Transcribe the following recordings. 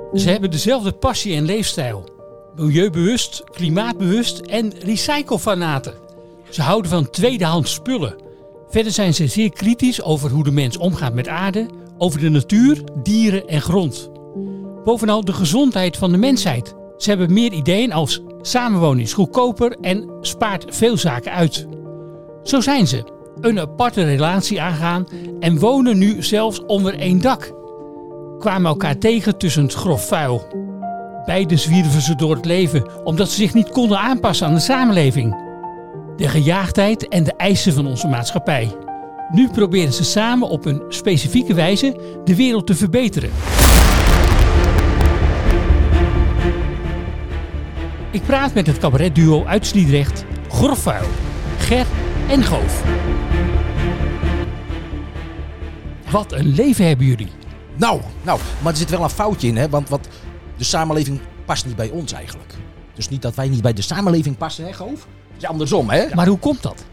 Ze hebben dezelfde passie en leefstijl. Milieubewust, klimaatbewust en recyclefanaten. Ze houden van tweedehands spullen. Verder zijn ze zeer kritisch over hoe de mens omgaat met aarde, over de natuur, dieren en grond. Bovenal de gezondheid van de mensheid. Ze hebben meer ideeën als samenwonen is goedkoper en spaart veel zaken uit. Zo zijn ze. Een aparte relatie aangaan en wonen nu zelfs onder één dak. Kwamen elkaar tegen tussen het grof vuil. Beiden zwierven ze door het leven omdat ze zich niet konden aanpassen aan de samenleving. De gejaagdheid en de eisen van onze maatschappij. Nu proberen ze samen op een specifieke wijze de wereld te verbeteren. Ik praat met het cabaretduo uit Sliedrecht, Grofvuil, Ger en Goof. Wat een leven hebben jullie. Nou, maar er zit wel een foutje in, hè? Want de samenleving past niet bij ons eigenlijk. Dus niet dat wij niet bij de samenleving passen, hè, Goof? Het is andersom, hè? Maar hoe komt dat?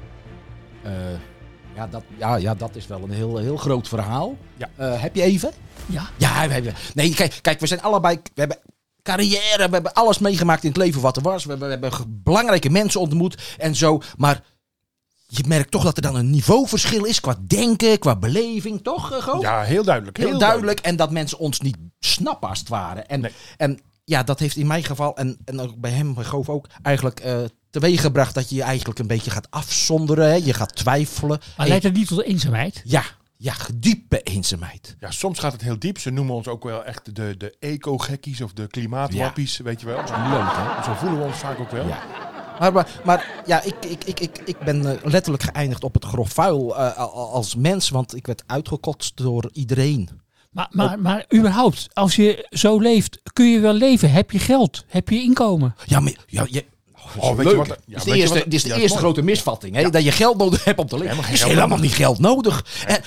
Dat is wel een heel groot verhaal. Ja. Heb je even? Ja. Ja, we hebben. Nee, kijk, we zijn allebei. We hebben carrière, we hebben alles meegemaakt in het leven wat er was. We hebben belangrijke mensen ontmoet en zo. Maar je merkt toch dat er dan een niveauverschil is qua denken, qua beleving, toch, Goof? Ja, heel duidelijk. Heel duidelijk. En dat mensen ons niet snappen als het ware. En ja, dat heeft in mijn geval, en ook bij hem, bij Goof ook, eigenlijk teweeggebracht dat je je eigenlijk een beetje gaat afzonderen. Hè? Je gaat twijfelen. Maar leidt dat niet tot eenzaamheid? Ja, diepe eenzaamheid. Ja, soms gaat het heel diep. Ze noemen ons ook wel echt de eco-gekkies of de klimaatwappies, weet je wel. Leuk, hè? Zo voelen we ons vaak ook wel. Ja. Maar ja, ik ben letterlijk geëindigd op het grof vuil als mens, want ik werd uitgekotst door iedereen. Maar überhaupt, als je zo leeft, kun je wel leven? Heb je geld? Heb je inkomen? Ja, maar weet je wat? Ja, dit is de eerste grote misvatting, hè? Dat je geld nodig hebt om te leven. Er is helemaal niet geld nodig.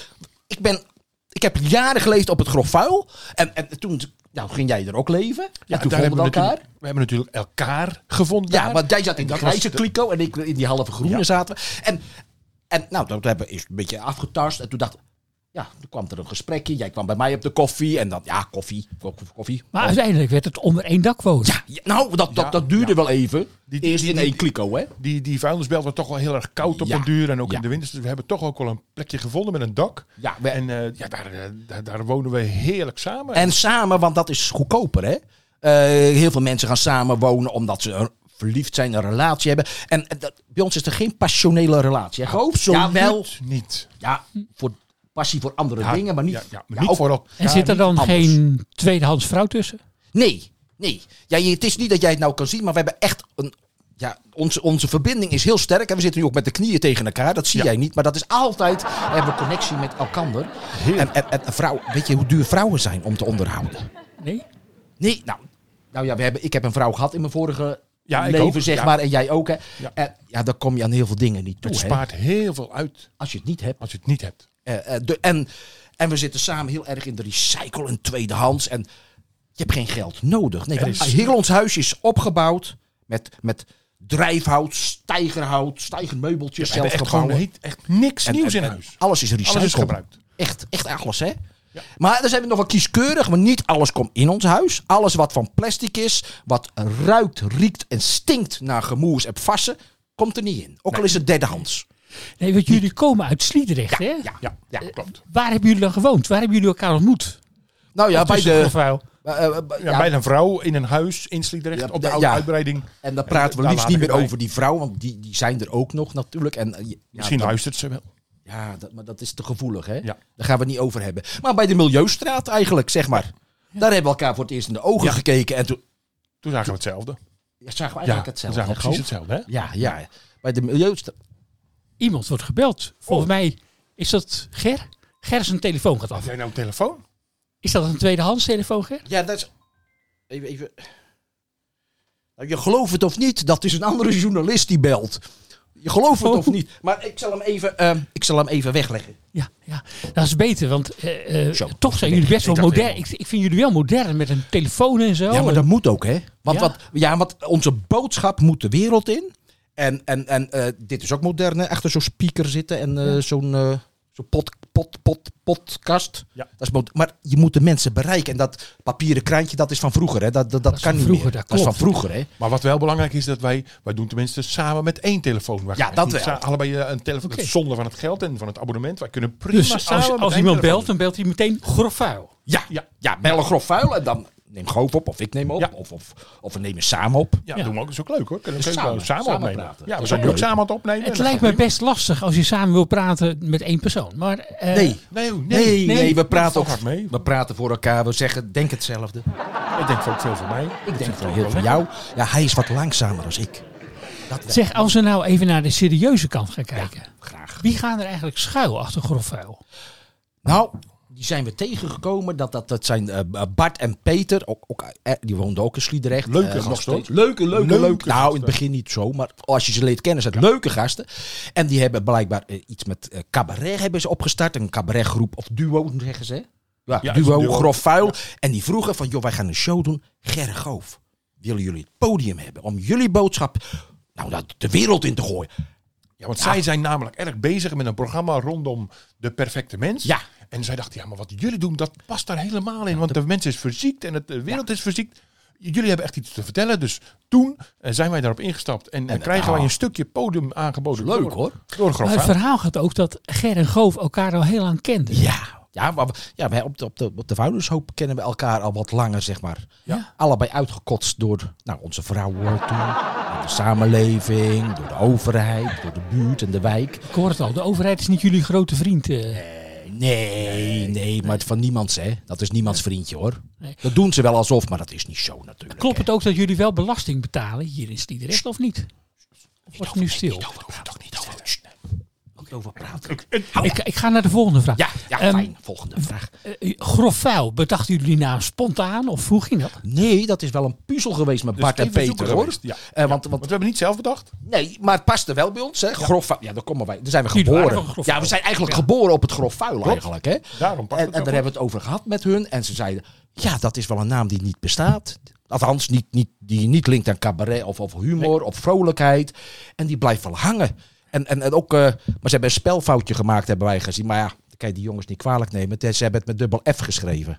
Ik heb jaren geleefd op het grof vuil en toen ging jij er ook leven. Ja, toen vonden we elkaar. We hebben natuurlijk elkaar gevonden. Ja, daar. maar jij zat in de grijze kliko en ik in die halve groene zaten we. En dat hebben we eerst een beetje afgetast. En toen dacht toen kwam er een gesprekje. Jij kwam bij mij op de koffie. En dan, koffie. Maar uiteindelijk werd het onder één dak wonen. Dat duurde wel even. Eerst in één kliko, hè? Die vuilnisbelt was toch wel heel erg koud op den duur. En ook in de winter. Dus we hebben toch ook wel een plekje gevonden met een dak. Ja, daar wonen we heerlijk samen. En samen, want dat is goedkoper, hè? Heel veel mensen gaan samen wonen omdat ze verliefd zijn, een relatie hebben. En bij ons is er geen passionele relatie. Ja, wel niet. Ja, passie voor andere dingen, maar niet. Niet voorop. En zit er dan geen tweedehands vrouw tussen? Nee. Ja, het is niet dat jij het nou kan zien, maar we hebben echt onze verbinding is heel sterk. En we zitten nu ook met de knieën tegen elkaar. Dat zie jij niet, maar dat is altijd. We hebben connectie met elkander. En vrouw, weet je hoe duur vrouwen zijn om te onderhouden? Nee, ik heb een vrouw gehad in mijn vorige leven, zeg maar. En jij ook, hè. Ja. Dan kom je aan heel veel dingen niet toe. Het spaart heel veel uit. Als je het niet hebt. En we zitten samen heel erg in de recycle en tweedehands. En je hebt geen geld nodig. Nee, heel ons huis is opgebouwd met drijfhout, stijgermeubeltjes. We hebben echt niks nieuws in huis. Alles is recycled. Alles is gebruikt. Echt alles, hè? Ja. Maar dan zijn we nog wel kieskeurig, maar niet alles komt in ons huis. Alles wat van plastic is, wat ruikt, riekt en stinkt naar gemoers en vassen, komt er niet in. Ook al is het derdehands. Nee, want jullie komen uit Sliedrecht, hè? Ja, klopt. Waar hebben jullie dan gewoond? Waar hebben jullie elkaar ontmoet? Nou ja, bij de... bij een vrouw in een huis in Sliedrecht op de oude uitbreiding. En dan praten we liefst niet meer over die vrouw, want die zijn er ook nog natuurlijk. En, misschien luistert ze wel. Ja, maar dat is te gevoelig, hè? Ja. Daar gaan we het niet over hebben. Maar bij de Milieustraat eigenlijk, zeg maar. Ja. Daar hebben we elkaar voor het eerst in de ogen gekeken. En toen zagen we hetzelfde. Ja, zagen we eigenlijk hetzelfde. Toen zagen we precies hetzelfde, hè? Ja. Bij de Milieustraat. Iemand wordt gebeld. Volgens mij is dat Ger. Ger is een telefoon gaat af. Heb jij nou een telefoon? Is dat een tweedehands telefoon, Ger? Ja, dat is... Even... Nou, je gelooft het of niet, dat is een andere journalist die belt. Je gelooft het of niet. Maar ik zal hem even wegleggen. Ja, dat is beter. Want toch zijn jullie best wel modern. Ik vind jullie wel modern met een telefoon en zo. Ja, maar dat moet ook, hè? Want onze boodschap moet de wereld in. En dit is ook modern, hè? Achter zo'n speaker zitten en Zo'n podcast. Ja. Dat is maar je moet de mensen bereiken. En dat papieren krantje, dat is van vroeger. Hè? Dat kan van niet vroeger, meer. dat Dat is van klopt. vroeger. Hè? Maar wat wel belangrijk is, dat wij doen tenminste samen met 1 telefoon. Wij Ja, gaan dat niet wel. allebei een telefoon. Oké. Zonder van het geld en van het abonnement. Wij kunnen prima Dus samen met als 1 iemand telefoon. belt, dan belt hij meteen grof vuil. Ja, bel een grof vuil. En dan neem Goof op. Of ik neem op. Ja. of we nemen samen op. Ja, Ja. doen we ook. Dat is ook leuk hoor. Kunnen we Dus samen samen opnemen. praten. Ja, Dat we is zijn ook nu ook leuk. samen aan het opnemen. Het Dat lijkt gaat me best lastig als je samen wil praten met 1 persoon. Maar Nee. Nee, We praten valt ook hard mee. We praten voor elkaar. We zeggen, denk hetzelfde. Ik denk ook veel voor mij. Ik denk voor heel van jou. Ja, hij is wat langzamer dan ik. Dat zeg, als we nou even naar de serieuze kant gaan kijken. graag. Wie gaan er eigenlijk schuil achter grof vuil? Nou, die zijn we tegengekomen. Dat zijn Bart en Peter. Die woonden ook in Sliedrecht. Leuke nog gasten, steeds. Leuke. Nou, gasten. in het begin niet zo. Maar als je ze leert kennen, zijn het leuke gasten. En die hebben blijkbaar iets met cabaret hebben ze opgestart. Een cabaretgroep of duo, zeggen ze. Ja, Ja, duo, is een duo. grof vuil. Ja. En die vroegen van, joh, wij gaan een show doen. Gerre Goof, willen jullie het podium hebben? Om jullie boodschap de wereld in te gooien. Ja, want zij zijn namelijk erg bezig met een programma rondom de perfecte mens. Ja. En zij dachten, ja, maar wat jullie doen, dat past daar helemaal in. Want de mens is verziekt en de wereld is verziekt. Jullie hebben echt iets te vertellen. Dus toen zijn wij daarop ingestapt. En krijgen wij een stukje podium aangeboden. Leuk, door, hoor. Door Grof Maar het Vuil. verhaal gaat ook dat Ger en Goof elkaar al heel lang kenden. Ja, maar wij op de vuilnishoop kennen we elkaar al wat langer, zeg maar. Ja. Allebei uitgekotst door onze vrouwen toen. Door de samenleving, door de overheid, door de buurt en de wijk. Ik hoor het al, de overheid is niet jullie grote vriend. Nee, maar het van niemands, hè. Dat is niemands vriendje, hoor. Nee. Dat doen ze wel alsof, maar dat is niet zo natuurlijk. Klopt het ook dat jullie wel belasting betalen hier in Sliedrecht of niet? Of was het nu stil? Niet over praten. Ik ga naar de volgende vraag. Ja, Ehm, fijn. Volgende vraag. Grof vuil, bedachten jullie nou spontaan of hoe ging dat? Nee, dat is wel een puzzel geweest met Dus Bart en even Peter, zoeken hoor. geweest, ja. Want Want we hebben niet zelf bedacht. nee, maar het paste wel bij ons, hè. Grof vuil. Ja, daar komen wij. Daar zijn we Jullie waren geboren. van grof Ja, vuil. we zijn eigenlijk geboren op het grof vuil eigenlijk, hè. Daarom past En het daar ook hebben we het over gehad met hun. En ze zeiden, ja, dat is wel een naam die niet bestaat. Althans, die niet linkt aan cabaret of humor of vrolijkheid. En die blijft wel hangen. En ook, maar ze hebben een spelfoutje gemaakt, hebben wij gezien. Maar ja, dan kan je die jongens niet kwalijk nemen. Ze hebben het met dubbel F geschreven.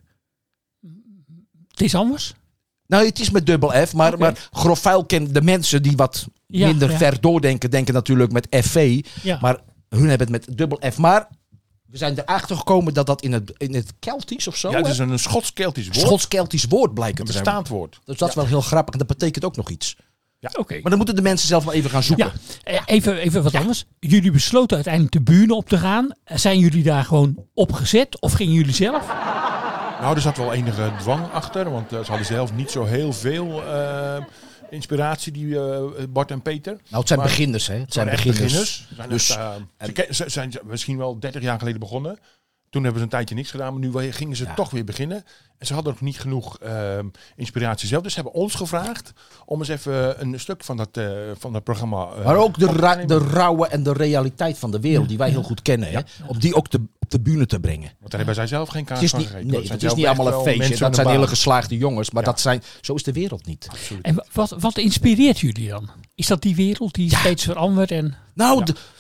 Het is anders. Nou, het is met dubbel F, maar, Oké. maar grof vuil kennen de mensen die wat Ja, minder ja. ver doordenken, denken natuurlijk met FV. Ja. Maar hun hebben het met dubbel F. Maar we zijn erachter gekomen dat in het Keltisch of zo, Ja, het hè? is een Schots-Keltisch woord. Schots-Keltisch woord blijkt Een het te zijn. bestaand woord. Dus dat is wel heel grappig en dat betekent ook nog iets. Oké. Maar dan moeten de mensen zelf wel even gaan zoeken. Ja, even wat anders. Jullie besloten uiteindelijk de bühne op te gaan. Zijn jullie daar gewoon opgezet of gingen jullie zelf? Nou, er zat wel enige dwang achter. Want ze hadden zelf niet zo heel veel inspiratie, die Bart en Peter. Nou, het zijn Maar- beginners, hè? Het zijn echt beginners. Ze zijn, Dus, ze zijn misschien wel 30 jaar geleden begonnen. Toen hebben ze een tijdje niks gedaan, maar nu gingen ze toch weer beginnen. En ze hadden nog niet genoeg inspiratie zelf. Dus ze hebben ons gevraagd om eens even een stuk van dat programma... maar ook op te nemen. de rauwe en de realiteit van de wereld, die wij heel goed kennen, hè? Om die ook op de bühne te brengen. Want daar hebben zij zelf geen kaart Het is van niet, gegeten. nee, Dat het zijn is niet zelf allemaal echt een wel feestje. mensen Dat zijn met een hele baan. geslaagde jongens, maar Ja. zo is de wereld niet. En wat inspireert jullie dan? Is dat die wereld die steeds verandert? En Nou,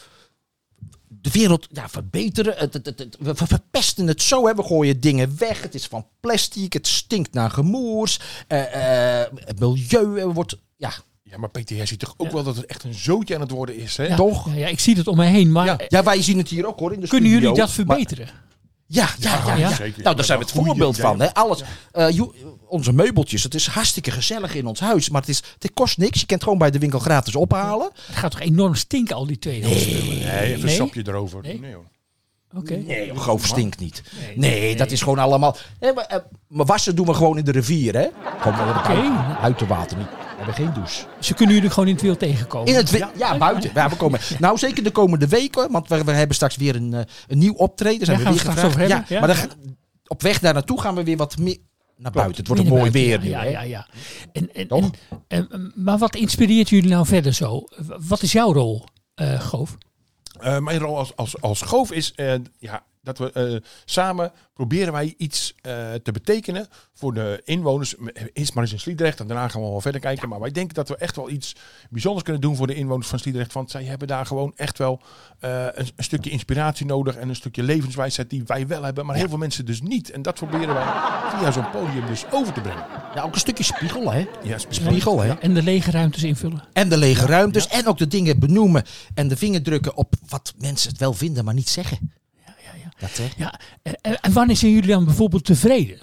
de wereld verbeteren. We verpesten het zo. Hè. We gooien dingen weg. Het is van plastic. Het stinkt naar gemoers. Het milieu wordt... Ja, Ja, maar Peter, jij ziet toch ook wel dat het echt een zootje aan het worden is, hè? toch? Ja, ik zie het om me heen, maar Ja. Ja, wij zien het hier ook, hoor, in de kunnen studio. jullie dat Maar- verbeteren? Ja. Zeker. Nou, daar zijn we het Goeie- voorbeeld ja, van. ja. Hè. Alles. Onze meubeltjes. Het is hartstikke gezellig in ons huis. Maar het kost niks. Je kunt het gewoon bij de winkel gratis ophalen. Het gaat toch enorm stinken, al die tweedehands spullen? Nee, even een Nee? sapje erover. Nee? Nee, hoor. Oké. Nee, Goof stinkt niet. Nee, dat is gewoon allemaal... Maar wassen doen we gewoon in de rivier, hè? Gewoon buitenwater niet. We hebben geen douche. Ze kunnen jullie gewoon in het wild tegenkomen. In het buiten. Ja, we komen. Nou, zeker de komende weken. Want we hebben straks weer een nieuw optreden. Zijn Daar we gaan weer we straks gevraagd. over hebben, Maar ja. op weg daar naartoe gaan we weer wat meer naar buiten. Het wordt een Weer mooi naar weer buiten, nu. ja, hè? ja. Toch? Maar wat inspireert jullie nou verder zo? Wat is jouw rol, Goof? Mijn rol als Goof is Dat we samen proberen wij iets te betekenen voor de inwoners. Eerst maar eens in Sliedrecht en daarna gaan we wel verder kijken. Ja. Maar wij denken dat we echt wel iets bijzonders kunnen doen voor de inwoners van Sliedrecht. Want zij hebben daar gewoon echt wel een stukje inspiratie nodig en een stukje levenswijsheid die wij wel hebben. Maar heel veel mensen dus niet. En dat proberen wij via zo'n podium dus over te brengen. Ja, ook een stukje spiegel, hè? Ja, Spiegel, hè? En de lege ruimtes invullen. En de lege ruimtes. En ook de dingen benoemen. En de vinger drukken op wat mensen het wel vinden, maar niet zeggen. Ja. Dat, hè? Ja, en wanneer zijn jullie dan bijvoorbeeld tevreden?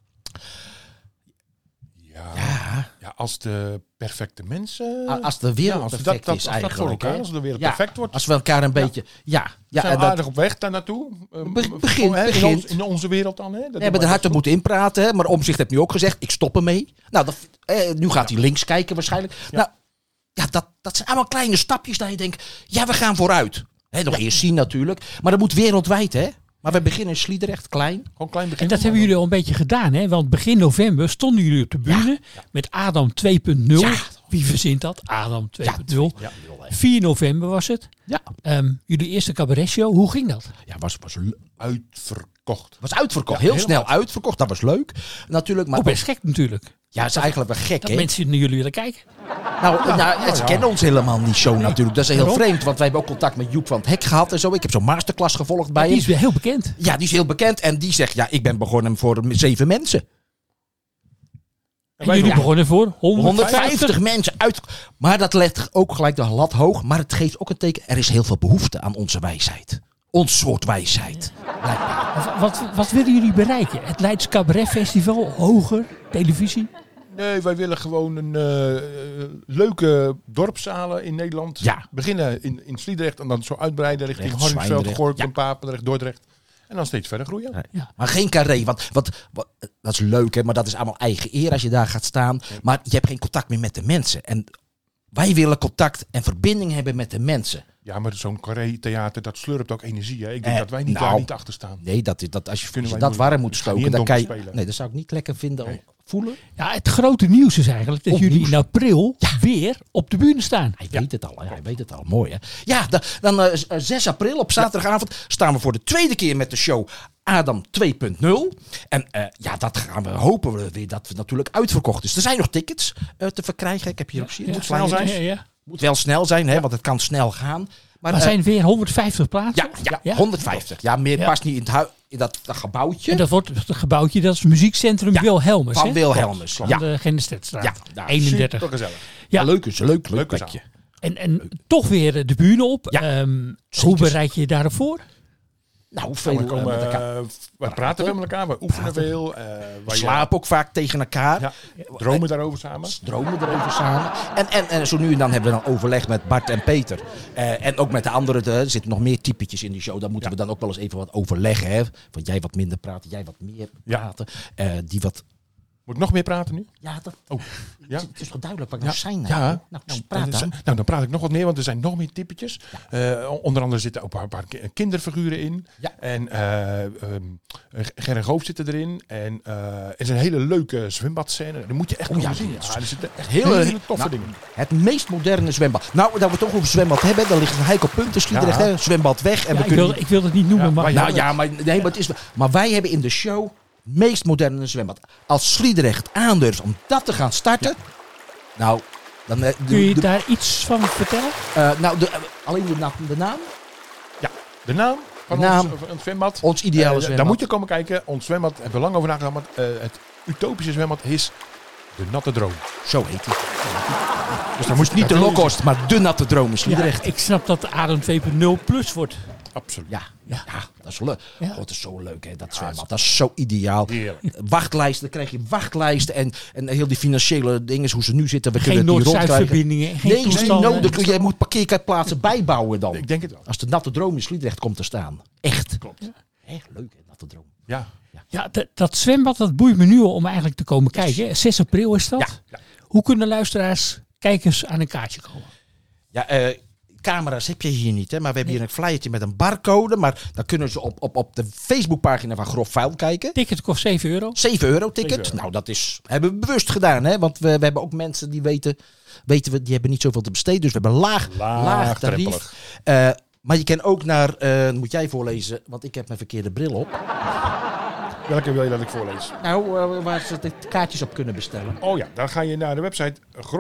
Ja, als de perfecte mensen... Als de wereld perfect is als dat eigenlijk. voor elkaar, Hè? als de wereld perfect wordt. Als we elkaar een beetje... Ja. We zijn en dat, aardig op weg daar naartoe. begint. In onze wereld dan. Hè? We hebben er hard op moeten inpraten. Hè? Maar Omtzigt heeft nu ook gezegd, ik stop ermee. Nou, nu gaat hij links kijken waarschijnlijk. Ja. Nou, dat zijn allemaal kleine stapjes dat je denkt, ja, we gaan vooruit. Nog eerst zien natuurlijk. Maar dat moet wereldwijd, hè. Maar we beginnen in Sliedrecht, klein. Gewoon klein En dat hebben jullie al een beetje gedaan, hè? Want begin november stonden jullie op de bühne met Adam 2.0. Ja. Wie verzint dat? Adam 2.0. 4 november was het. Ja. Jullie eerste cabaretshow, hoe ging dat? Ja, was uitverkocht. Was uitverkocht. Heel snel uitverkocht. Dat was leuk. Natuurlijk. Maar best gek natuurlijk. Ja, het is eigenlijk wel gek, dat hè? mensen naar jullie willen kijken. Ze kennen ons helemaal niet zo natuurlijk. Dat is heel vreemd, want wij hebben ook contact met Joep van het Hek gehad en zo. Ik heb zo'n masterclass gevolgd bij hem. Die is weer heel bekend. Ja, die is heel bekend. En die zegt, ik ben begonnen voor 7 mensen. En jullie begonnen voor 150 mensen uit. Maar dat legt ook gelijk de lat hoog. Maar het geeft ook een teken. Er is heel veel behoefte aan onze wijsheid. Ons soort wijsheid. Wat willen jullie bereiken? Het Leids Cabaret Festival? Hoger? Televisie? Nee, wij willen gewoon een leuke dorpszalen in Nederland. Ja. Beginnen in Sliedrecht en dan zo uitbreiden richting Hardingsveld, Gorinchem, Papendrecht, Dordrecht. En dan steeds verder groeien. Ja. Maar geen carré, want dat is leuk, hè, maar dat is allemaal eigen eer als je daar gaat staan. Ja. Maar je hebt geen contact meer met de mensen. En wij willen contact en verbinding hebben met de mensen. Ja, maar zo'n carré-theater, dat slurpt ook energie. Hè? Ik denk dat wij daar niet achter staan. Nee, als je dat warm moet stoken, dan kan je... Nee, dat zou ik niet lekker vinden. Nee. Voelen. Ja, het grote nieuws is eigenlijk dat jullie in april weer op de bühne staan. Hij weet het al, hij weet het al. Mooi, hè? Ja, dan 6 april op zaterdagavond staan we voor de tweede keer met de show Adam 2.0. En dat gaan we hopen we weer dat het natuurlijk uitverkocht is. Er zijn nog tickets te verkrijgen. Ik heb hier op zien. Moet snel zijn. Moet wel snel zijn, hè, want het kan snel gaan. Maar er zijn weer 150 plaatsen? Ja, 150. Ja, meer past niet in dat gebouwtje. En dat wordt het gebouwtje, dat is het muziekcentrum Wilhelmus. Van Wilhelmus. Van de Gendestedstraat. Ja, 31. Super gezellig. Ja, leuk plekje. En toch weer de bühne op. Ja, hoe bereid je je daarop voor? Nou, veel we praten met elkaar, we oefenen veel. We slapen ook vaak tegen elkaar. Ja, dromen daarover samen. En zo nu en dan hebben we dan overleg met Bart en Peter. En ook met de anderen. Er zitten nog meer typetjes in die show. Daar moeten we dan ook wel eens even wat overleggen. Hè? Want jij wat minder praten, jij wat meer praten. Die wat... Moet ik nog meer praten nu? Ja, ja? Het is toch duidelijk wat ik nou zijn? Ja. Praat dan. Dan praat ik nog wat meer, want er zijn nog meer typetjes. Ja. Onder andere zitten ook een paar kinderfiguren in. Ja. En Ger en Goof zitten erin. En er is een hele leuke zwembadscène. Dat moet je echt komen zien. Ja, er zitten echt hele toffe dingen. Het meest moderne zwembad. Nou, dat we het toch over zwembad hebben. Daar ligt een heikel punt in Sliedrecht. Ja. Zwembad weg. En ik wil het niet noemen. Maar wij hebben in de show... meest moderne zwembad. Als Sliedrecht aandurft om dat te gaan starten... Nou, dan... Kun je daar iets van vertellen? Alleen de naam? Ja, de naam van ons zwembad. Ons ideale zwembad. Daar moet je komen kijken. Ons zwembad, hebben we lang over nagedacht. Maar het utopische zwembad is de Natte Droom. Zo heet hij. Dus dan moest niet de Lokhorst, maar de Natte Droom is Sliedrecht. Ja, ik snap dat Adam 2.0 plus wordt. Absoluut. Ja, dat is leuk. Ja. Oh, het is zo leuk, hè, dat zwembad. Dat is zo ideaal. Heerlijk. Wachtlijsten, dan krijg je wachtlijsten en heel die financiële dingen, hoe ze nu zitten. We geen Noord-Zuidverbindingen, geen toestanden. Nee, je moet parkeerplaatsen bijbouwen dan. Ik denk het wel. Als de Natte Droom in Sliedrecht komt te staan. Echt. Klopt. Echt leuk, hè, Natte Droom. Ja, dat zwembad, dat boeit me nu om eigenlijk te komen kijken. 6 april is dat. Ja. Hoe kunnen luisteraars, kijkers aan een kaartje komen? Ja, camera's heb je hier niet, hè? Maar we hebben hier een flyertje met een barcode. Maar dan kunnen ze op de Facebookpagina van Grof Vuil kijken. Ticket kost €7. €7 ticket. Nou, dat hebben we bewust gedaan, hè? Want we hebben ook mensen die weten we, die hebben niet zoveel te besteden. Dus we hebben laag tarief. Maar je kan ook naar, moet jij voorlezen, want ik heb mijn verkeerde bril op. Welke wil je dat ik voorlees? Nou, waar ze de kaartjes op kunnen bestellen. Oh ja, dan ga je naar de website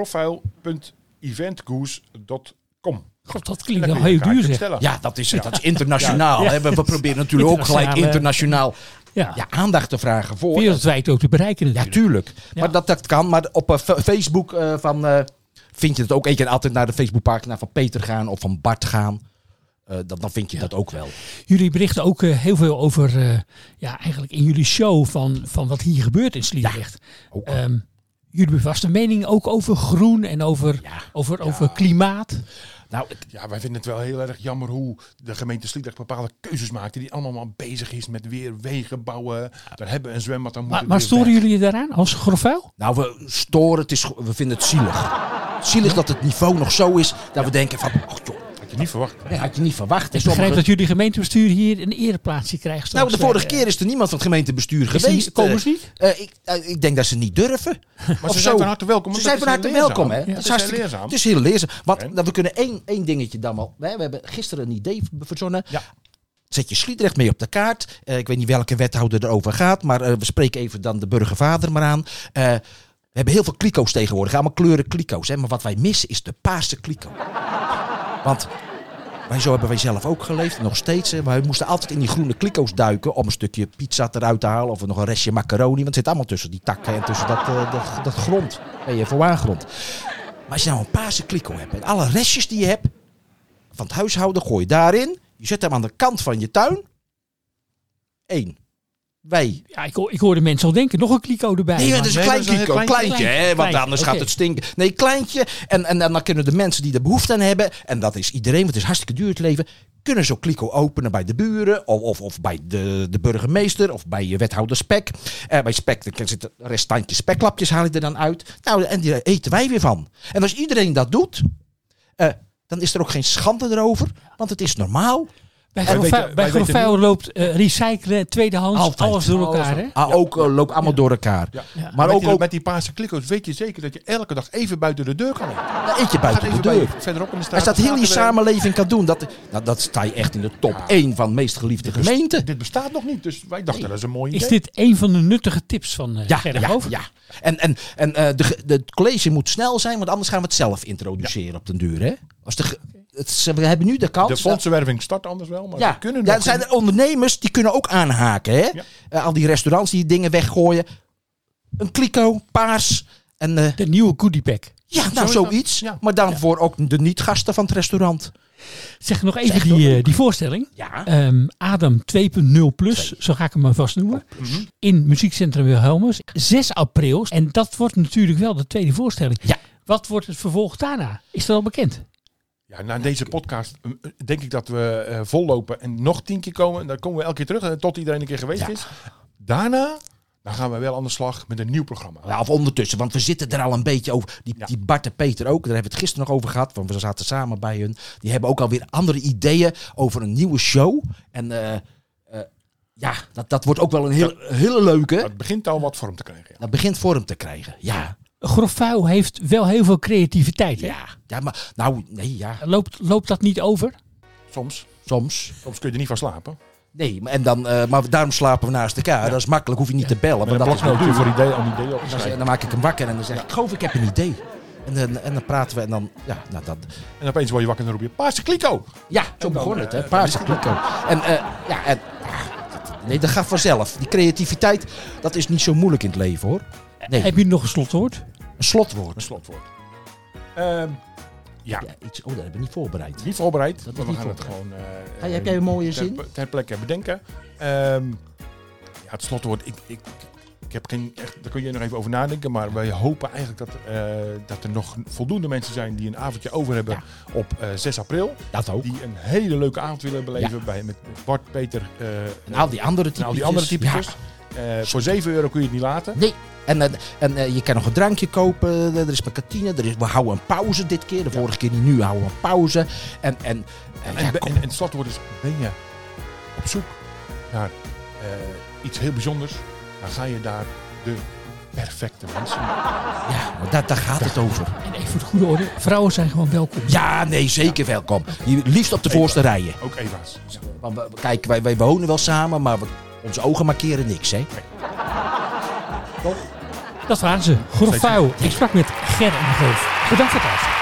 grofvuil.eventgoose.com. God, dat En klinkt dan wel kun je heel een duur kaartje zeg. bestellen. Ja, dat is internationaal. Ja. Hè? We proberen natuurlijk ook gelijk internationaal Ja. aandacht te vragen voor. Wereldwijd ook te bereiken Ja, natuurlijk. tuurlijk. Ja. Maar dat kan. Maar op Facebook vind je het ook. Je kan altijd naar de Facebookpagina van Peter gaan of van Bart gaan. Dan vind je dat ook wel. Jullie berichten ook heel veel over, eigenlijk in jullie show van wat hier gebeurt in Sliedrecht. Ook. Jullie hebben vast een mening ook over groen en over klimaat. Nou, Ja, wij vinden het wel heel erg jammer hoe de gemeente Sliedrecht bepaalde keuzes maakte. Die allemaal maar bezig is met weer wegen bouwen. Daar hebben we een zwembad. Dan moet Maar storen jullie je daaraan als grofvuil? nou, we storen. We vinden het zielig. Zielig dat het niveau nog zo is dat we denken van... Oh, joh, Had je niet verwacht. nee, had je niet verwacht. Ik begrijp dat jullie gemeentebestuur hier een ereplaatsje krijgt. Nou, de straks. vorige keer is er niemand van het gemeentebestuur Is geweest. komen ze niet? Ik denk dat ze niet durven. Maar Of ze zijn zo. van harte welkom. Ze want zijn dat van is harte heel welkom, hè? leerzaam. Het is Het is heel hartstikke leerzaam. Het is heel leerzaam. Want En? we kunnen één dingetje dan wel. We hebben gisteren een idee verzonnen. Ja. Zet je Sliedrecht mee op de kaart. Ik weet niet welke wethouder erover gaat. Maar we spreken even dan de burgervader maar aan. We hebben heel veel kliko's tegenwoordig. Allemaal kleuren kliko's. Hè? Maar wat wij missen is de paarse kliko. Want... Zo hebben wij zelf ook geleefd, nog steeds. Maar we moesten altijd in die groene kliko's duiken om een stukje pizza eruit te halen. Of nog een restje macaroni. Want het zit allemaal tussen die takken en tussen dat grond. Ben je voor aangrond. Maar als je nou een paarse kliko hebt en alle restjes die je hebt van het huishouden gooi je daarin. Je zet hem aan de kant van je tuin. 1. Wij. Ja, ik hoorde mensen al denken, nog een kliko erbij. Nee, Maar- dat is een nee, klein dat is een kliko. heel Kleintje, klein- hè, want klein, anders gaat oké. het stinken. Nee, kleintje. En dan kunnen de mensen die er behoefte aan hebben, en dat is iedereen, want het is hartstikke duur het leven, kunnen zo'n kliko openen bij de buren, of bij de burgemeester, of bij je wethouder Spek. Bij Spek dan zitten restantjes speklapjes, haal je er dan uit. Nou, en die eten wij weer van. En als iedereen dat doet, dan is er ook geen schande erover, want het is normaal. Bij Wij Grofvuil- weten- bij wij weten Grofvuil loopt recyclen, tweedehands, Altijd. alles door elkaar. Hè? Loopt allemaal door elkaar. Ja. Ja. Maar ook met die paarse kliko's weet je zeker dat je elke dag even buiten de deur kan eten. dan eet je buiten de deur. Verderop in de straat. Als dat heel je staat er, samenleving kan doen, dat sta je echt in de top 1 van de meest geliefde gemeenten. Dit bestaat nog niet, dus wij dachten dat is een mooi idee. Is dit een van de nuttige tips van Ja, Gerrit ja, Hoven? ja. En het college moet snel zijn, want anders gaan we het zelf introduceren op den duur. Hè? We hebben nu de kans. De fondsenwerving start anders wel, maar Ja, we kunnen ja, nog er zijn er ondernemers die kunnen ook aanhaken. Hè? Ja. Al die restaurants die dingen weggooien. Een kliko, paars. En, De nieuwe goodiepack. ja, nou Zo is dat. zoiets. Ja. Maar dan voor ook de niet-gasten van het restaurant. Zeg nog even die voorstelling. Ja. Adam 2.0 plus, zo ga ik hem maar vast noemen. In Muziekcentrum Wilhelmus. 6 april. En dat wordt natuurlijk wel de tweede voorstelling. Ja. Wat wordt het vervolg daarna? Is dat al bekend? Ja, na deze podcast denk ik dat we vollopen en nog 10 keer komen. En dan komen we elke keer terug tot iedereen een keer geweest Ja. is. Daarna dan gaan we wel aan de slag met een nieuw programma. Ja, of ondertussen, want we zitten er al een beetje over. Die Bart en Peter ook, daar hebben we het gisteren nog over gehad. Want we zaten samen bij hun. Die hebben ook alweer andere ideeën over een nieuwe show. En dat wordt ook wel een hele leuke. Het begint al wat vorm te krijgen. Ja. Dat begint vorm te krijgen. Ja. Grofvuil heeft wel heel veel creativiteit. Hè? Ja, maar nou, nee, ja. Loopt dat niet over? Soms Soms. kun je er niet van slapen. Nee, maar daarom slapen we naast elkaar. Dat is makkelijk, hoef je niet te bellen. Met Maar een dat is bloknoot natuurlijk. voor idee, een idee op te Dan, schrijven. dan maak ik hem wakker en dan zeg ik, geloof ik heb een idee. En dan praten we en dan, ja, nou dat. En opeens word je wakker en dan roep je, Paarse Kliko! Ja, zo dan, begon het, hè. dan Paarse kliko. Nee, dat gaat vanzelf. Die creativiteit, dat is niet zo moeilijk in het leven, hoor. Nee, Heb je nog een slotwoord? een slotwoord. Een slotwoord. Ja, Dat hebben we niet voorbereid. niet voorbereid. Dat is maar we niet gaan het voorbereid. gewoon Heb jij een mooie zin? ter plekke bedenken. Ja, het slotwoord. Ik heb geen echt, daar kun je nog even over nadenken. Maar wij hopen eigenlijk dat er nog voldoende mensen zijn die een avondje over hebben op 6 april. Dat ook. Die een hele leuke avond willen beleven met Bart, Peter En al die andere en typetjes. al die andere typetjes. Ja. Voor €7 kun je het niet laten. Nee. En je kan nog een drankje kopen. Er is mijn kantine. We houden een pauze dit keer. De vorige keer niet, nu houden we een pauze. En Het slotwoord is, ben je op zoek naar iets heel bijzonders, dan ga je daar de perfecte mensen. Ja, maar daar gaat het over. En even voor de goede orde, vrouwen zijn gewoon welkom. Ja, nee, zeker welkom. Liefst op de voorste rijen. Ook Eva's. Want kijk, wij wonen wel samen, maar onze ogen markeren niks, hè? Dat waren ze. Grof vuil. Ik sprak met Ger en Goof. Bedankt voor het luisteren.